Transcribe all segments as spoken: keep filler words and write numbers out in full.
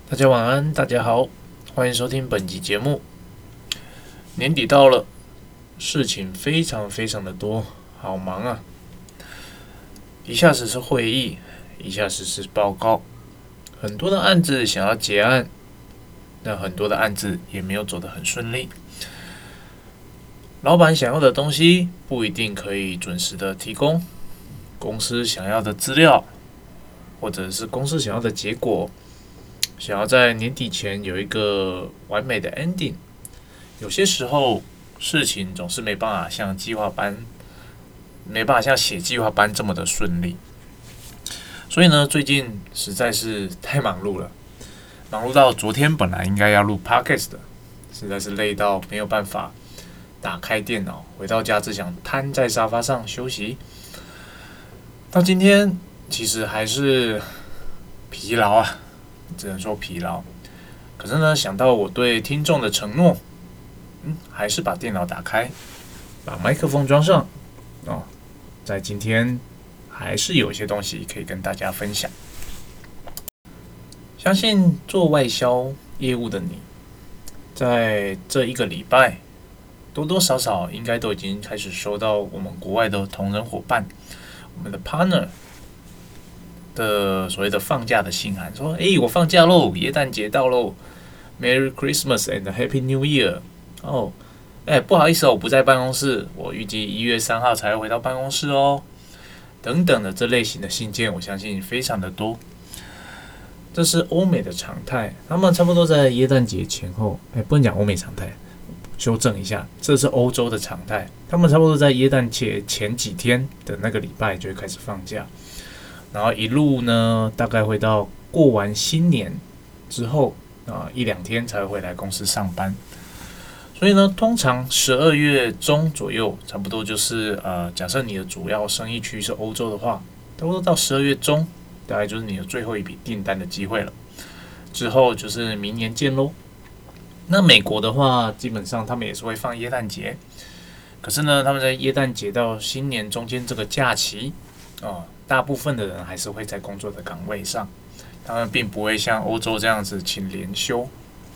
大家晚安，大家好，欢迎收听本集节目。年底到了，事情非常非常的多，好忙啊！一下子是会议，一下子是报告，很多的案子想要结案，但很多的案子也没有走得很顺利。老板想要的东西不一定可以准时的提供，公司想要的资料，或者是公司想要的结果。想要在年底前有一个完美的 ending， 有些时候事情总是没办法像计划班，没办法像写计划班这么的顺利。所以呢，最近实在是太忙碌了，忙碌到昨天本来应该要录 podcast 的，实在是累到没有办法打开电脑，回到家只想瘫在沙发上休息。到今天其实还是疲劳啊。只能说疲劳，可是呢，想到我对听众的承诺，嗯，还是把电脑打开，把麦克风装上，哦，在今天还是有一些东西可以跟大家分享。相信做外销业务的你，在这一个礼拜，多多少少应该都已经开始收到我们国外的同仁伙伴，我们的 partner。的所谓的放假的信函，说：“哎，我放假喽，耶诞节到喽 ，Merry Christmas and Happy New Year。”哦，哎，不好意思哦，我不在办公室，我预计一月三号才会回到办公室哦。等等的这类型的信件，我相信非常的多。这是欧美的常态，他们差不多在耶诞节前后，哎，不能讲欧美常态，修正一下，这是欧洲的常态，他们差不多在耶诞节前几天的那个礼拜就会开始放假。然后一路呢，大概会到过完新年之后啊、呃，一两天才会回来公司上班。所以呢，通常十二月中左右，差不多就是呃，假设你的主要生意区是欧洲的话，差不多到十二月中，大概就是你的最后一笔订单的机会了。之后就是明年见喽。那美国的话，基本上他们也是会放耶诞节，可是呢，他们在耶诞节到新年中间这个假期啊。呃大部分的人还是会在工作的岗位上，他们并不会像欧洲这样子请连休。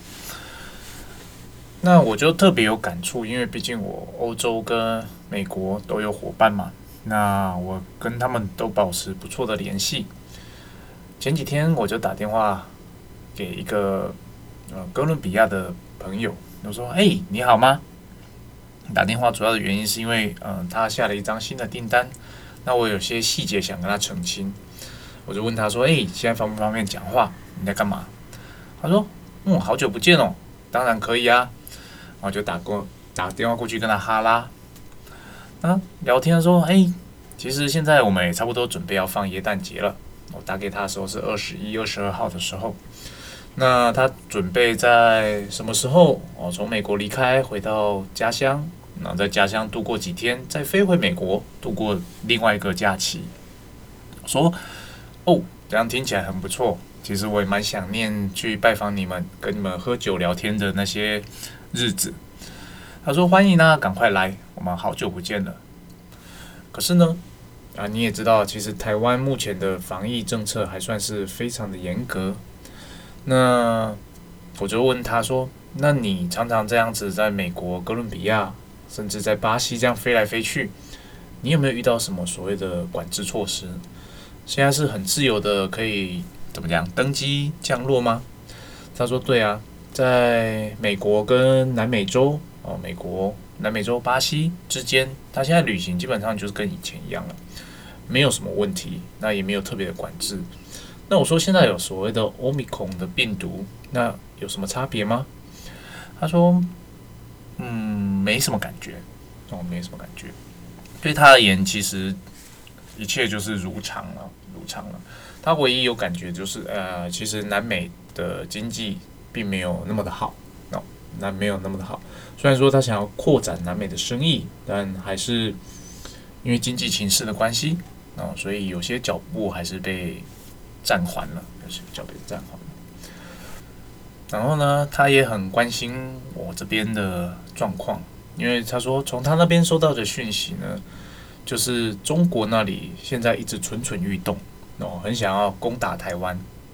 那我就特别有感触，因为毕竟我欧洲跟美国都有伙伴嘛，那我跟他们都保持不错的联系。前几天我就打电话给一个呃哥伦比亚的朋友，我说：“哎，你好吗？”打电话主要的原因是因为，嗯、呃，他下了一张新的订单。那我有些细节想跟他澄清，我就问他说：“哎、欸，现在方不方便讲话？你在干嘛？”他说：“嗯，好久不见哦，当然可以啊。”然后就打过打电话过去跟他哈拉，啊，聊天说：“哎、欸，其实现在我们也差不多准备要放耶诞节了。”我打给他的时候是二十一、二十二号的时候，那他准备在什么时候哦从美国离开回到家乡？然后在家乡度过几天，再飞回美国度过另外一个假期。说哦，这样听起来很不错。其实我也蛮想念去拜访你们，跟你们喝酒聊天的那些日子。他说欢迎啊，赶快来，我们好久不见了。可是呢，啊你也知道，其实台湾目前的防疫政策还算是非常的严格。那我就问他说，那你常常这样子在美国哥伦比亚？甚至在巴西这样飞来飞去，你有没有遇到什么所谓的管制措施？现在是很自由的，可以怎么讲登机降落吗？他说：“对啊，在美国跟南美洲哦，美国、南美洲、巴西之间，他现在旅行基本上就是跟以前一样了，没有什么问题，那也没有特别的管制。那我说现在有所谓的 Omicron 的病毒，那有什么差别吗？”他说。嗯，没什么感觉，哦，没什么感觉。对他而言，其实一切就是如常了，如常了。他唯一有感觉就是，呃，其实南美的经济并没有那么的好，哦，那没有那么的好。虽然说他想要扩展南美的生意，但还是因为经济情势的关系，哦，所以有些脚步还是被暂缓了，有些脚被暂缓了。然后呢，他也很关心我这边的状况，因为他说从他那边收到的讯息呢，就是中国那里现在一直蠢蠢欲动，哦，很想要攻打台湾，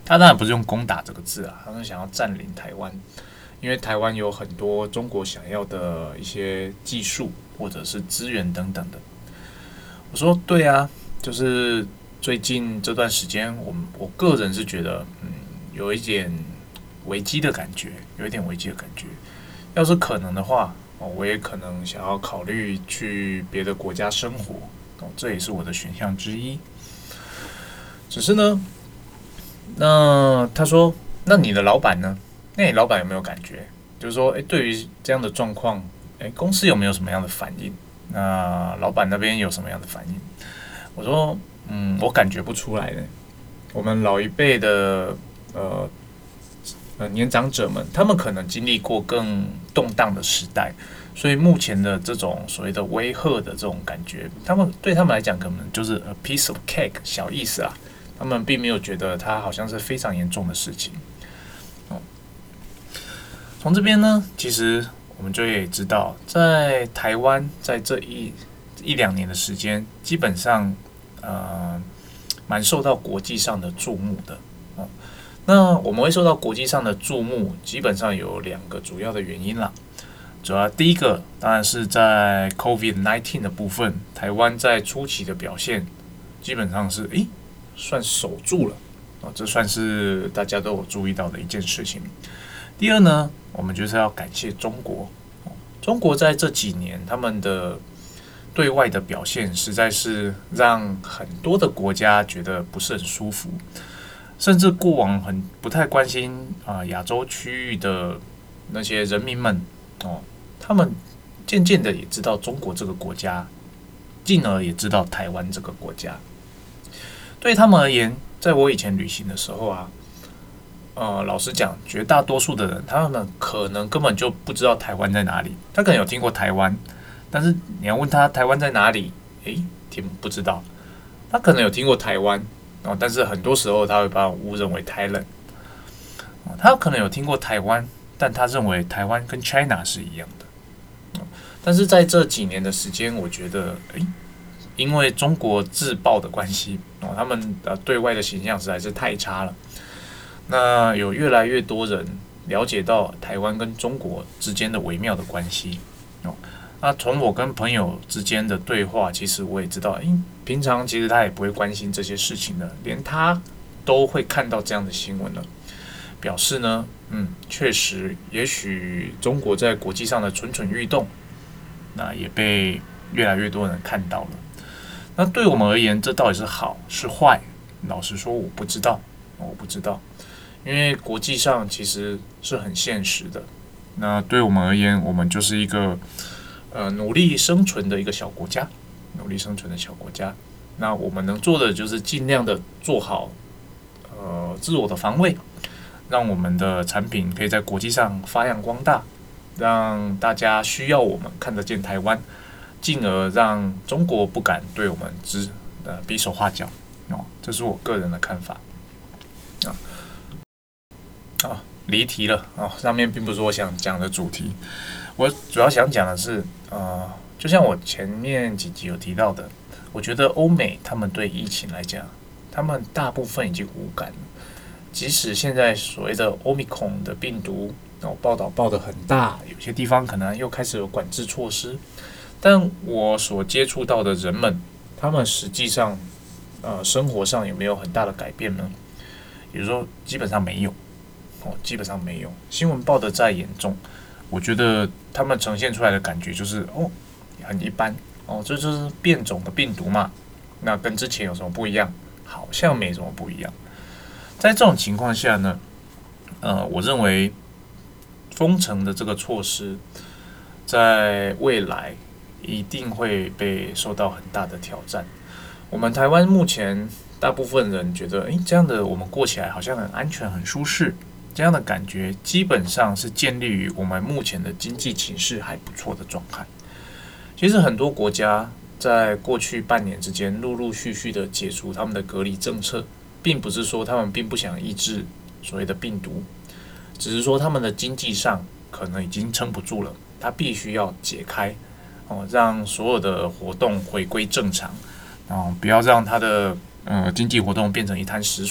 他当然不是用攻打这个字啊，他是想要占领台湾，因为台湾有很多中国想要的一些技术或者是资源等等的。我说对啊，就是最近这段时间，我我个人是觉得，嗯，有一点危机的感觉，有一点危机的感觉。要是可能的话，哦，我也可能想要考虑去别的国家生活，哦，这也是我的选项之一。只是呢，那他说，那你的老板呢？那你老板有没有感觉？就是说，哎，对于这样的状况，哎，公司有没有什么样的反应？那老板那边有什么样的反应？我说，嗯，我感觉不出来的。我们老一辈的呃呃年长者们，他们可能经历过更动荡的时代，所以目前的这种所谓的威吓的这种感觉，他们对他们来讲可能就是 a piece of cake 小意思啊，他们并没有觉得它好像是非常严重的事情。哦，从这边呢，其实我们就也知道，在台湾在这一一两年的时间，基本上呃蛮受到国际上的注目的。哦，那我们会受到国际上的注目，基本上有两个主要的原因啦。主要第一个当然是在 COVID 十九 的部分，台湾在初期的表现基本上是诶算守住了，哦，这算是大家都有注意到的一件事情。第二呢，我们就是要感谢中国，中国在这几年他们的对外的表现，实在是让很多的国家觉得不是很舒服，甚至过往很不太关心啊亚洲区域的那些人民们哦，他们渐渐的也知道中国这个国家，进而也知道台湾这个国家。对他们而言，在我以前旅行的时候啊，呃，老实讲，绝大多数的人，他们可能根本就不知道台湾在哪里。他可能有听过台湾，但是你要问他台湾在哪里，诶，听不知道。他可能有听过台湾，哦，但是很多时候他会把我误认为台人。哦，他可能有听过台湾，但他认为台湾跟 China 是一样的。哦，但是在这几年的时间，我觉得，诶，因为中国自爆的关系，哦，他们呃对外的形象实在是太差了。那有越来越多人了解到台湾跟中国之间的微妙的关系哦。那从我跟朋友之间的对话，其实我也知道，诶，平常其实他也不会关心这些事情的，连他都会看到这样的新闻了，表示呢，嗯，确实，也许中国在国际上的蠢蠢欲动，那也被越来越多人看到了。那对我们而言，这到底是好是坏？老实说，我不知道，我不知道。因为国际上其实是很现实的，那对我们而言，我们就是一个呃努力生存的一个小国家，努力生存的小国家。那我们能做的就是尽量的做好呃自我的防卫，让我们的产品可以在国际上发扬光大，让大家需要我们看得见台湾，进而让中国不敢对我们指呃比手画脚哦，这是我个人的看法啊。啊，离题了啊！上面并不是我想讲的主题，我主要想讲的是，呃，就像我前面几集有提到的，我觉得欧美他们对疫情来讲，他们大部分已经无感了。即使现在所谓的 Omicron 的病毒，哦，报道报得很大，有些地方可能又开始有管制措施，但我所接触到的人们，他们实际上，呃，生活上有没有很大的改变呢？也就是说，基本上没有。哦，基本上没有。新闻报得再严重，我觉得他们呈现出来的感觉就是哦，很一般哦，这就是变种的病毒嘛。那跟之前有什么不一样？好像没什么不一样。在这种情况下呢，呃，我认为封城的这个措施，在未来一定会被受到很大的挑战。我们台湾目前大部分人觉得，诶，这样的我们过起来好像很安全、很舒适。这样的感觉基本上是建立于我们目前的经济情势还不错的状态。其实很多国家在过去半年之间陆陆续续的解除他们的隔离政策，并不是说他们并不想抑制所谓的病毒，只是说他们的经济上可能已经撑不住了，他必须要解开哦，让所有的活动回归正常，哦，不要让他的呃经济活动变成一滩死水哦，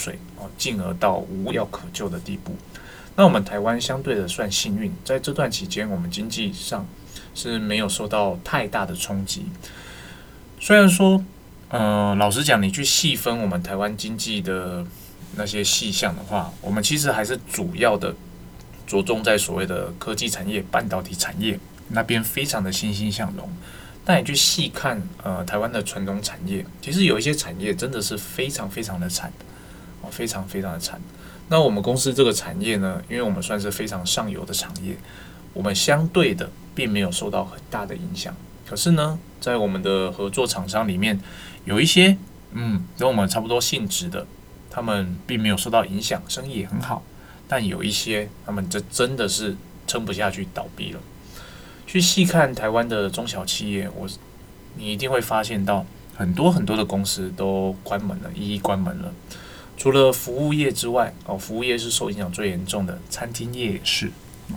进而到无药可救的地步。那我们台湾相对的算幸运，在这段期间，我们经济上是没有受到太大的冲击。虽然说，呃，老实讲，你去细分我们台湾经济的那些细项的话，我们其实还是主要的着重在所谓的科技产业、半导体产业那边非常的欣欣向荣。但你去细看，呃，台湾的传统产业，其实有一些产业真的是非常非常的惨，哦，非常非常的惨。那我们公司这个产业呢，因为我们算是非常上游的产业，我们相对的并没有受到很大的影响。可是呢，在我们的合作厂商里面，有一些嗯跟我们差不多性质的，他们并没有受到影响，生意也很好。但有一些他们这真的是撑不下去，倒闭了。去细看台湾的中小企业，我你一定会发现到很多很多的公司都关门了，一一关门了。除了服务业之外，哦，服务业是受影响最严重的，餐厅业也是。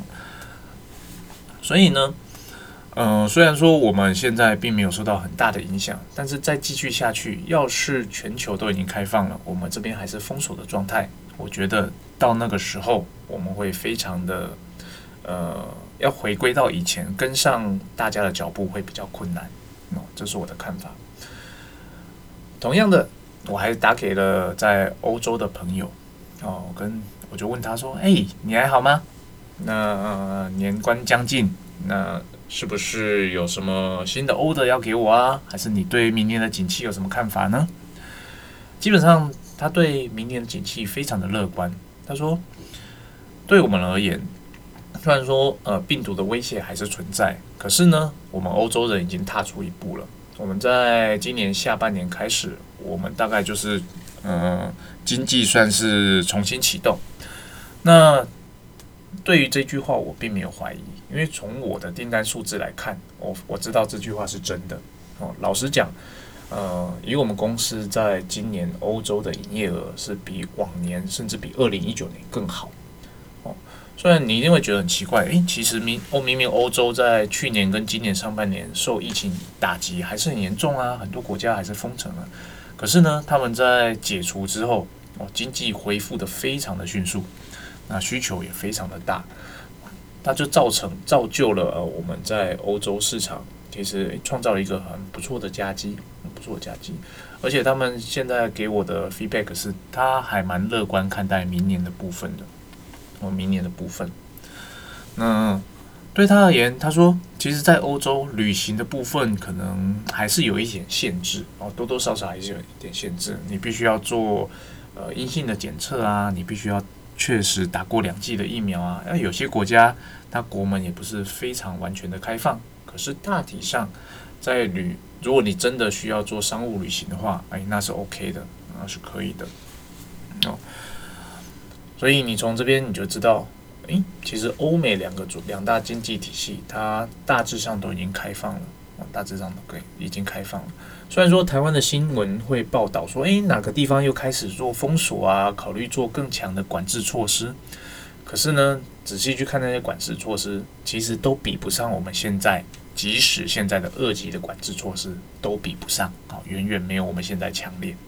所以呢，呃，虽然说我们现在并没有受到很大的影响，但是再继续下去，要是全球都已经开放了，我们这边还是封锁的状态，我觉得到那个时候，我们会非常的，呃，要回归到以前，跟上大家的脚步会比较困难。哦，这是我的看法。同样的。我还打给了在欧洲的朋友，哦，我跟我就问他说：“哎、欸，你还好吗？那、呃、年关将近，那是不是有什么新的 order 要给我啊？还是你对明年的景气有什么看法呢？”基本上，他对明年的景气非常的乐观。他说：“对我们而言，虽然说呃病毒的威胁还是存在，可是呢，我们欧洲人已经踏出一步了。我们在今年下半年开始。”我们大概就是，呃，经济算是重新启动。那对于这句话，我并没有怀疑，因为从我的订单数字来看，我我知道这句话是真的。哦，老实讲，呃，以我们公司在今年欧洲的营业额是比往年，甚至比二零一九年更好。哦，虽然你一定会觉得很奇怪，诶，其实明欧明明欧洲在去年跟今年上半年受疫情打击还是很严重啊，很多国家还是封城了。可是呢，他们在解除之后，哦，经济恢复的非常的迅速，那需求也非常的大，那就造成造就了呃我们在欧洲市场其实创造了一个很不错的佳绩，很不错的佳绩。而且他们现在给我的 feedback 是，他还蛮乐观看待明年的部分的，哦，明年的部分。那对他而言，他说，其实，在欧洲旅行的部分可能还是有一点限制哦，多多少少还是有一点限制。你必须要做呃阴性的检测啊，你必须要确实打过两剂的疫苗啊。那有些国家，它国门也不是非常完全的开放，可是大体上，在旅，如果你真的需要做商务旅行的话，哎，那是 OK 的，那是可以的哦。所以你从这边你就知道。诶，其实欧美两个主两大经济体系，它大致上都已经开放了，大致上都可以已经开放了。虽然说台湾的新闻会报道说，诶，哪个地方又开始做封锁啊，考虑做更强的管制措施，可是呢，仔细去看那些管制措施，其实都比不上我们现在，即使现在的二级的管制措施都比不上，啊，远远没有我们现在强烈。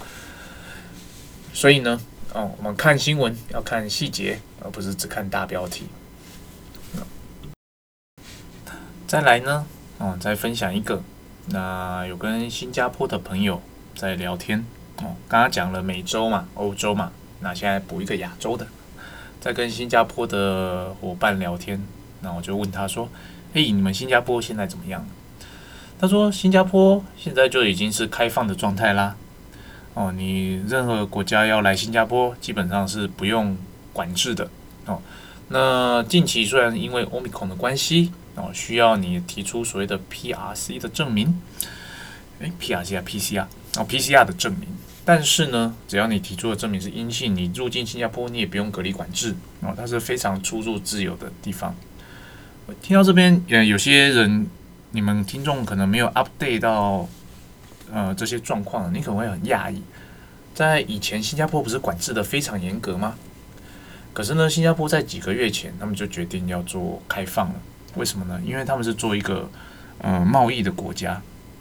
所以呢。哦，我们看新闻要看细节，而不是只看大标题。再来呢，哦，再分享一个，那有跟新加坡的朋友在聊天，哦，刚刚讲了美洲嘛，欧洲嘛，那现在补一个亚洲的，在跟新加坡的伙伴聊天，那我就问他说：“嘿，你们新加坡现在怎么样？”他说：“新加坡现在就已经是开放的状态啦。”哦，你任何国家要来新加坡，基本上是不用管制的哦。那近期虽然因为 Omicron 的关系哦，需要你提出所谓的 P R C 的证明，诶 P R C 啊 P C R 哦 P C R 的证明，但是呢，只要你提出的证明是阴性，你入境新加坡你也不用隔离管制哦，它是非常出入自由的地方。听到这边，呃，有些人你们听众可能没有 update 到。呃，这些状况你可能会很讶异，在以前新加坡不是管制的非常严格吗？可是呢，新加坡在几个月前他们就决定要做开放了。为什么呢？因为他们是做一个呃贸易的国家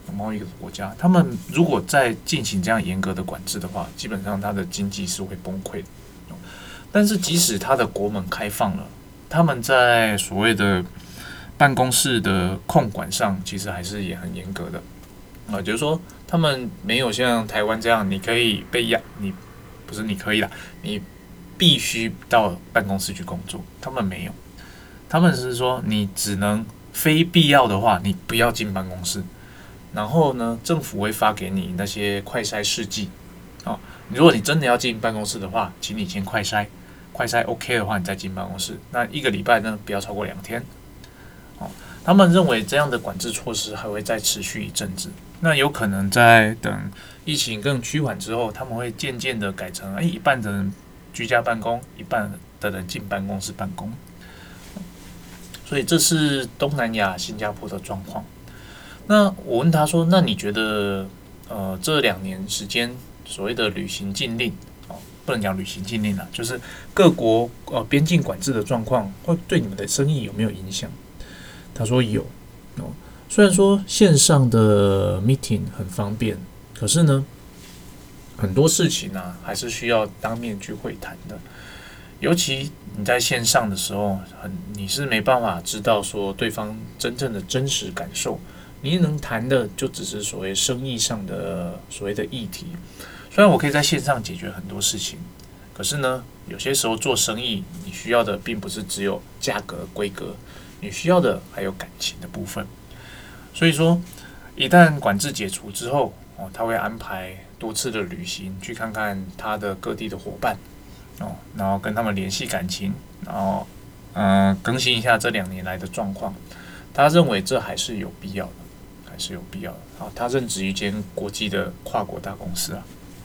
贸易的国家，他们如果再进行这样严格的管制的话，基本上它的经济是会崩溃的。但是即使它的国门开放了，他们在所谓的办公室的控管上，其实还是也很严格的啊，就是说他们没有像台湾这样，你可以被压，你不是你可以啦，你必须到办公室去工作，他们没有，他们是说你只能非必要的话，你不要进办公室。然后呢，政府会发给你那些快筛试剂啊，如果你真的要进办公室的话，请你先快筛，快筛 OK 的话，你再进办公室。那一个礼拜呢，不要超过两天。哦，他们认为这样的管制措施还会再持续一阵子。那有可能在等疫情更趋缓之后，他们会渐渐的改成，哎，一半的人居家办公，一半的人进办公室办公。所以这是东南亚新加坡的状况。那我问他说：“那你觉得，呃，这两年时间所谓的旅行禁令，哦，不能讲旅行禁令啦，就是各国呃边境管制的状况，会对你们的生意有没有影响？”他说有哦，虽然说线上的 meeting 很方便，可是呢，很多事情啊还是需要当面去会谈的。尤其你在线上的时候，很你是没办法知道说对方真正的真实感受。你能谈的就只是所谓生意上的所谓的议题，虽然我可以在线上解决很多事情，可是呢，有些时候做生意你需要的并不是只有价格规格，你需要的还有感情的部分。所以说，一旦管制解除之后，哦，他会安排多次的旅行，去看看他的各地的伙伴，哦，然后跟他们联系感情，然后嗯、呃、更新一下这两年来的状况。他认为这还是有必要的。还是有必要的。好，他任职一间国际的跨国大公司啊。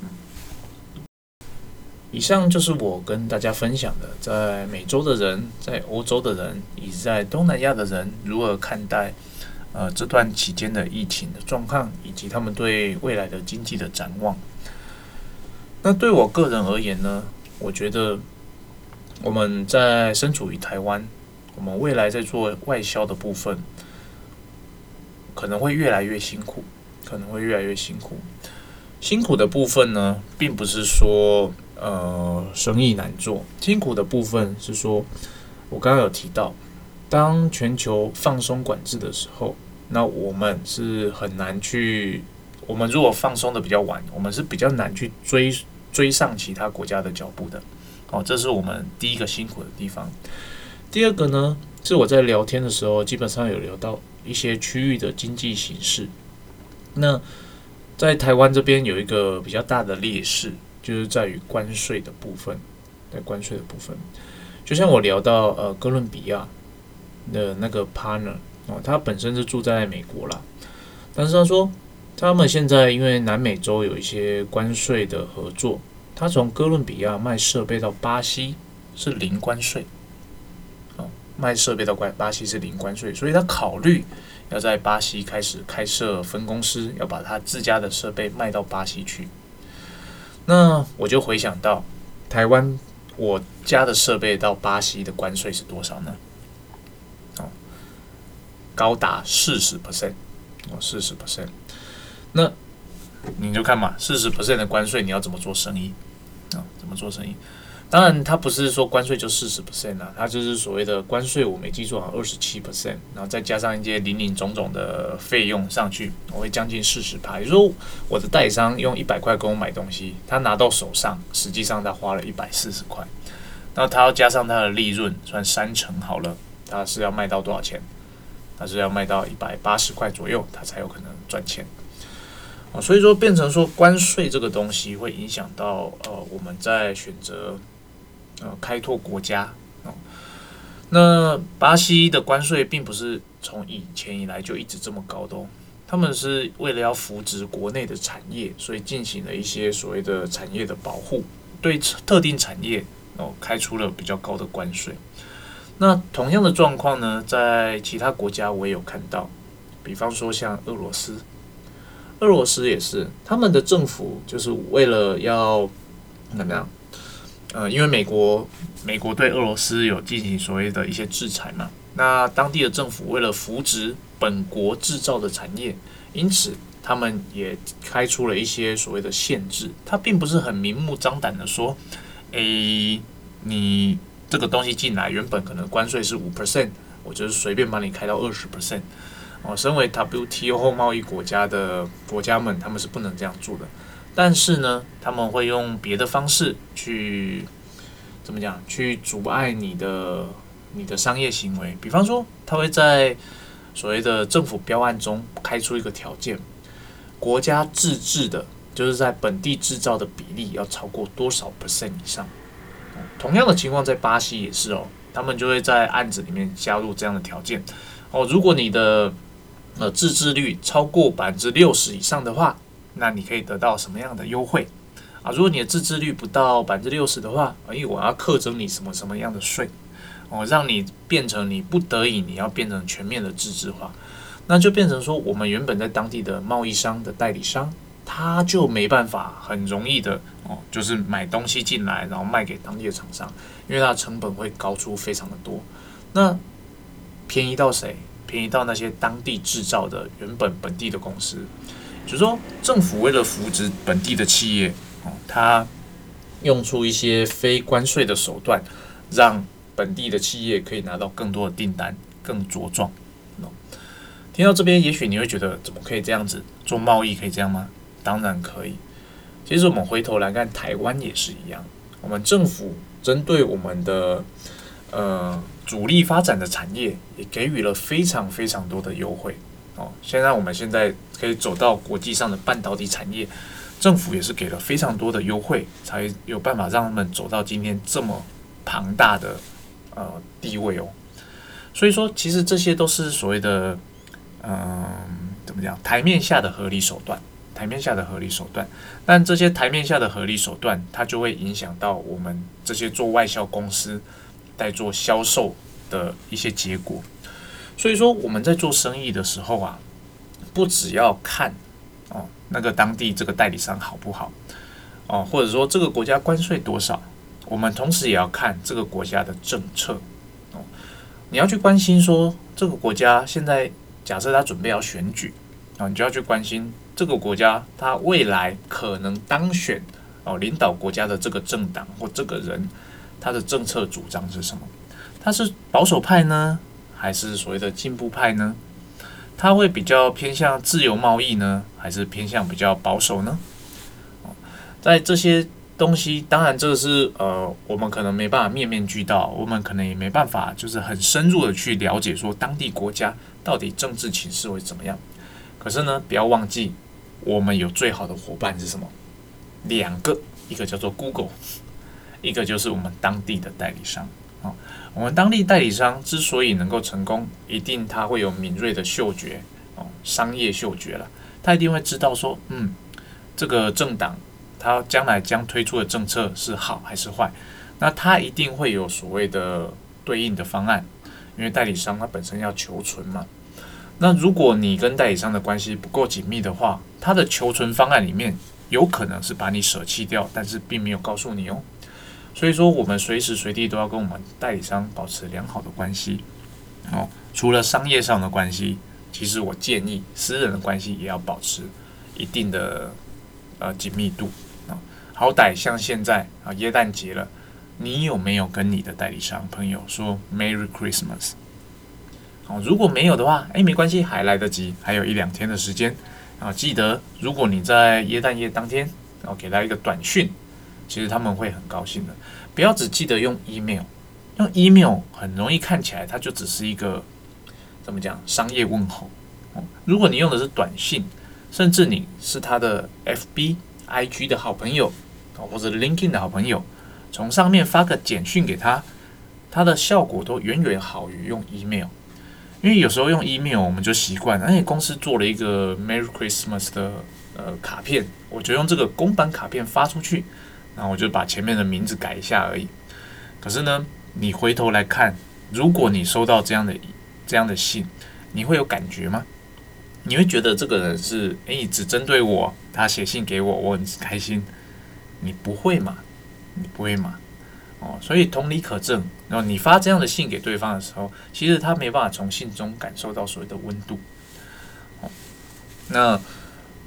以上就是我跟大家分享的，在美洲的人、在欧洲的人以及在东南亚的人如何看待呃这段期间的疫情的状况，以及他们对未来的经济的展望。那对我个人而言呢，我觉得我们在身处于台湾，我们未来在做外销的部分。可能会越来越辛苦，可能会越来越辛苦。辛苦的部分呢，并不是说呃生意难做，辛苦的部分是说，我刚刚有提到，当全球放松管制的时候，那我们是很难去，我们如果放松的比较晚，我们是比较难去追追上其他国家的脚步的。哦，这是我们第一个辛苦的地方。第二个呢，是我在聊天的时候，基本上有聊到一些区域的经济形势。那在台湾这边有一个比较大的劣势，就是在于关税的部分。在关税的部分，就像我聊到呃哥伦比亚的那个 partner 哦，他本身是住在美国啦，但是他说他们现在因为南美洲有一些关税的合作，他从哥伦比亚卖设备到巴西是零关税。卖设备到巴西是零关税，所以他考虑要在巴西开始开设分公司，要把他自家的设备卖到巴西去。那我就回想到台湾我家的设备到巴西的关税是多少呢？哦，高达四十 percent， 哦，四十 percent。那你就看嘛，四十 percent 的关税，你要怎么做生意？啊、哦，怎么做生意？当然，它不是说关税就 百分之四十 啦，它就是所谓的关税，我没记错，好像 百分之二十七， 然后再加上一些零零总总的费用上去，我会将近 百分之四十。也就是说，我的代理商用一百块跟我买东西，他拿到手上，实际上他花了一百四十块，然后他要加上他的利润，算三成好了，他是要卖到多少钱？他是要卖到一百八十块左右，他才有可能赚钱。所以说，变成说关税这个东西会影响到呃我们在选择。呃，开拓国家哦，那巴西的关税并不是从以前以来就一直这么高的哦，他们是为了要扶植国内的产业，所以进行了一些所谓的产业的保护，对特定产业哦开出了比较高的关税。那同样的状况呢，在其他国家我也有看到，比方说像俄罗斯，俄罗斯也是他们的政府就是为了要怎么样？呃，因为美国美国对俄罗斯有进行所谓的一些制裁嘛，那当地的政府为了扶植本国制造的产业，因此他们也开出了一些所谓的限制，它并不是很明目张胆的说，诶，你这个东西进来原本可能关税是五 percent， 我就是随便帮你开到二十 percent。哦，身为 W T O 后贸易国家的国家们，他们是不能这样做的。但是呢，他们会用别的方式去怎么讲？去阻碍你的你的商业行为。比方说，他会在所谓的政府标案中开出一个条件，国家自制的，就是在本地制造的比例要超过多少 percent 以上。同样的情况在巴西也是哦，他们就会在案子里面加入这样的条件哦。如果你的呃自制率超过百分之六十以上的话，那你可以得到什么样的优惠啊？如果你的自制率不到百分之六十的话，因为我要课征你什么什么样的税哦，让你变成你不得已你要变成全面的自治化，那就变成说我们原本在当地的贸易商的代理商，他就没办法很容易的哦，就是买东西进来，然后卖给当地的厂商，因为它的成本会高出非常的多。那便宜到谁？便宜到那些当地制造的原本本地的公司。就是说，政府为了扶植本地的企业，哦，它用出一些非关税的手段，让本地的企业可以拿到更多的订单，更茁壮。听到这边，也许你会觉得，怎么可以这样子做贸易？可以这样吗？当然可以。其实我们回头来看，台湾也是一样。我们政府针对我们的呃主力发展的产业，也给予了非常非常多的优惠。哦，现在我们现在可以走到国际上的半导体产业，政府也是给了非常多的优惠，才有办法让他们走到今天这么庞大的呃地位哦。所以说，其实这些都是所谓的。嗯，怎么讲？台面下的合理手段，台面下的合理手段，但这些台面下的合理手段，它就会影响到我们这些做外销公司在做销售的一些结果。所以说，我们在做生意的时候啊，不只要看哦那个当地这个代理商好不好哦，或者说这个国家关税多少，我们同时也要看这个国家的政策哦。你要去关心说这个国家现在。假设他准备要选举啊，你就要去关心这个国家他未来可能当选哦，领导国家的这个政党或这个人，他的政策主张是什么？他是保守派呢，还是所谓的进步派呢？他会比较偏向自由贸易呢，还是偏向比较保守呢？在这些东西，当然这是呃，我们可能没办法面面俱到，我们可能也没办法就是很深入的去了解说当地国家。到底政治情势会怎么样？可是呢，不要忘记，我们有最好的伙伴是什么？两个，一个叫做 Google， 一个就是我们当地的代理商。哦，我们当地代理商之所以能够成功，一定他会有敏锐的嗅觉，哦，商业嗅觉了，他一定会知道说，嗯，这个政党他将来将推出的政策是好还是坏，那他一定会有所谓的对应的方案。因为代理商它本身要求存嘛，那如果你跟代理商的关系不够紧密的话，它的求存方案里面有可能是把你舍弃掉，但是并没有告诉你哦。所以说，我们随时随地都要跟我们代理商保持良好的关系哦。除了商业上的关系，其实我建议私人的关系也要保持一定的呃紧密度啊。好歹像现在啊，耶诞节了。你有没有跟你的代理商朋友说 Merry Christmas？ 哦，如果没有的话，哎，没关系，还来得及，还有一两天的时间啊。记得，如果你在耶诞夜当天，然后给他一个短讯，其实他们会很高兴的。不要只记得用 email， 用 email 很容易看起来它就只是一个怎么讲商业问候。哦，如果你用的是短信，甚至你是他的 F B、I G 的好朋友，或者 LinkedIn 的好朋友。从上面发个简讯给他，它的效果都远远好于用 email， 因为有时候用 email 我们就习惯了，哎，公司做了一个 Merry Christmas 的呃卡片，我就用这个公版卡片发出去，然后我就把前面的名字改一下而已。可是呢，你回头来看，如果你收到这样的这样的信，你会有感觉吗？你会觉得这个人是哎只针对我，他写信给我，我很开心？你不会嘛？你不会嘛？哦，所以同理可证，然后你发这样的信给对方的时候，其实他没办法从信中感受到所谓的温度。哦，那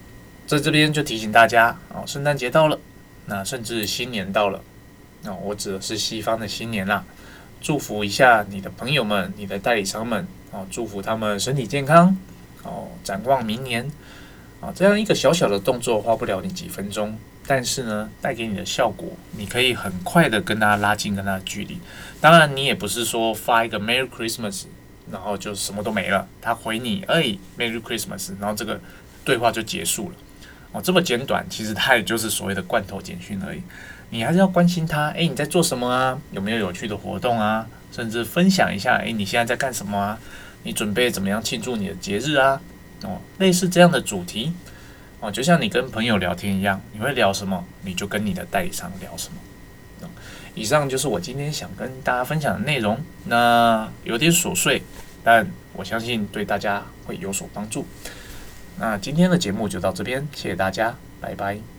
在这边就提醒大家哦，圣诞节到了，那甚至新年到了，哦，我指的是西方的新年啦。祝福一下你的朋友们、你的代理商们哦，祝福他们身体健康哦，展望明年哦。这样一个小小的动作花不了你几分钟，但是呢，带给你的效果，你可以很快的跟他拉近跟他的距离。当然，你也不是说发一个 Merry Christmas， 然后就什么都没了，他回你哎 Merry Christmas， 然后这个对话就结束了。哦，这么简短，其实它也就是所谓的罐头简讯而已。你还是要关心他，哎，你在做什么啊？有没有有趣的活动啊？甚至分享一下，哎，你现在在干什么啊？你准备怎么样庆祝你的节日啊？哦，类似这样的主题，哦，就像你跟朋友聊天一样，你会聊什么，你就跟你的代理商聊什么。哦，以上就是我今天想跟大家分享的内容。那有点琐碎，但我相信对大家会有所帮助。那今天的节目就到这边，谢谢大家，拜拜。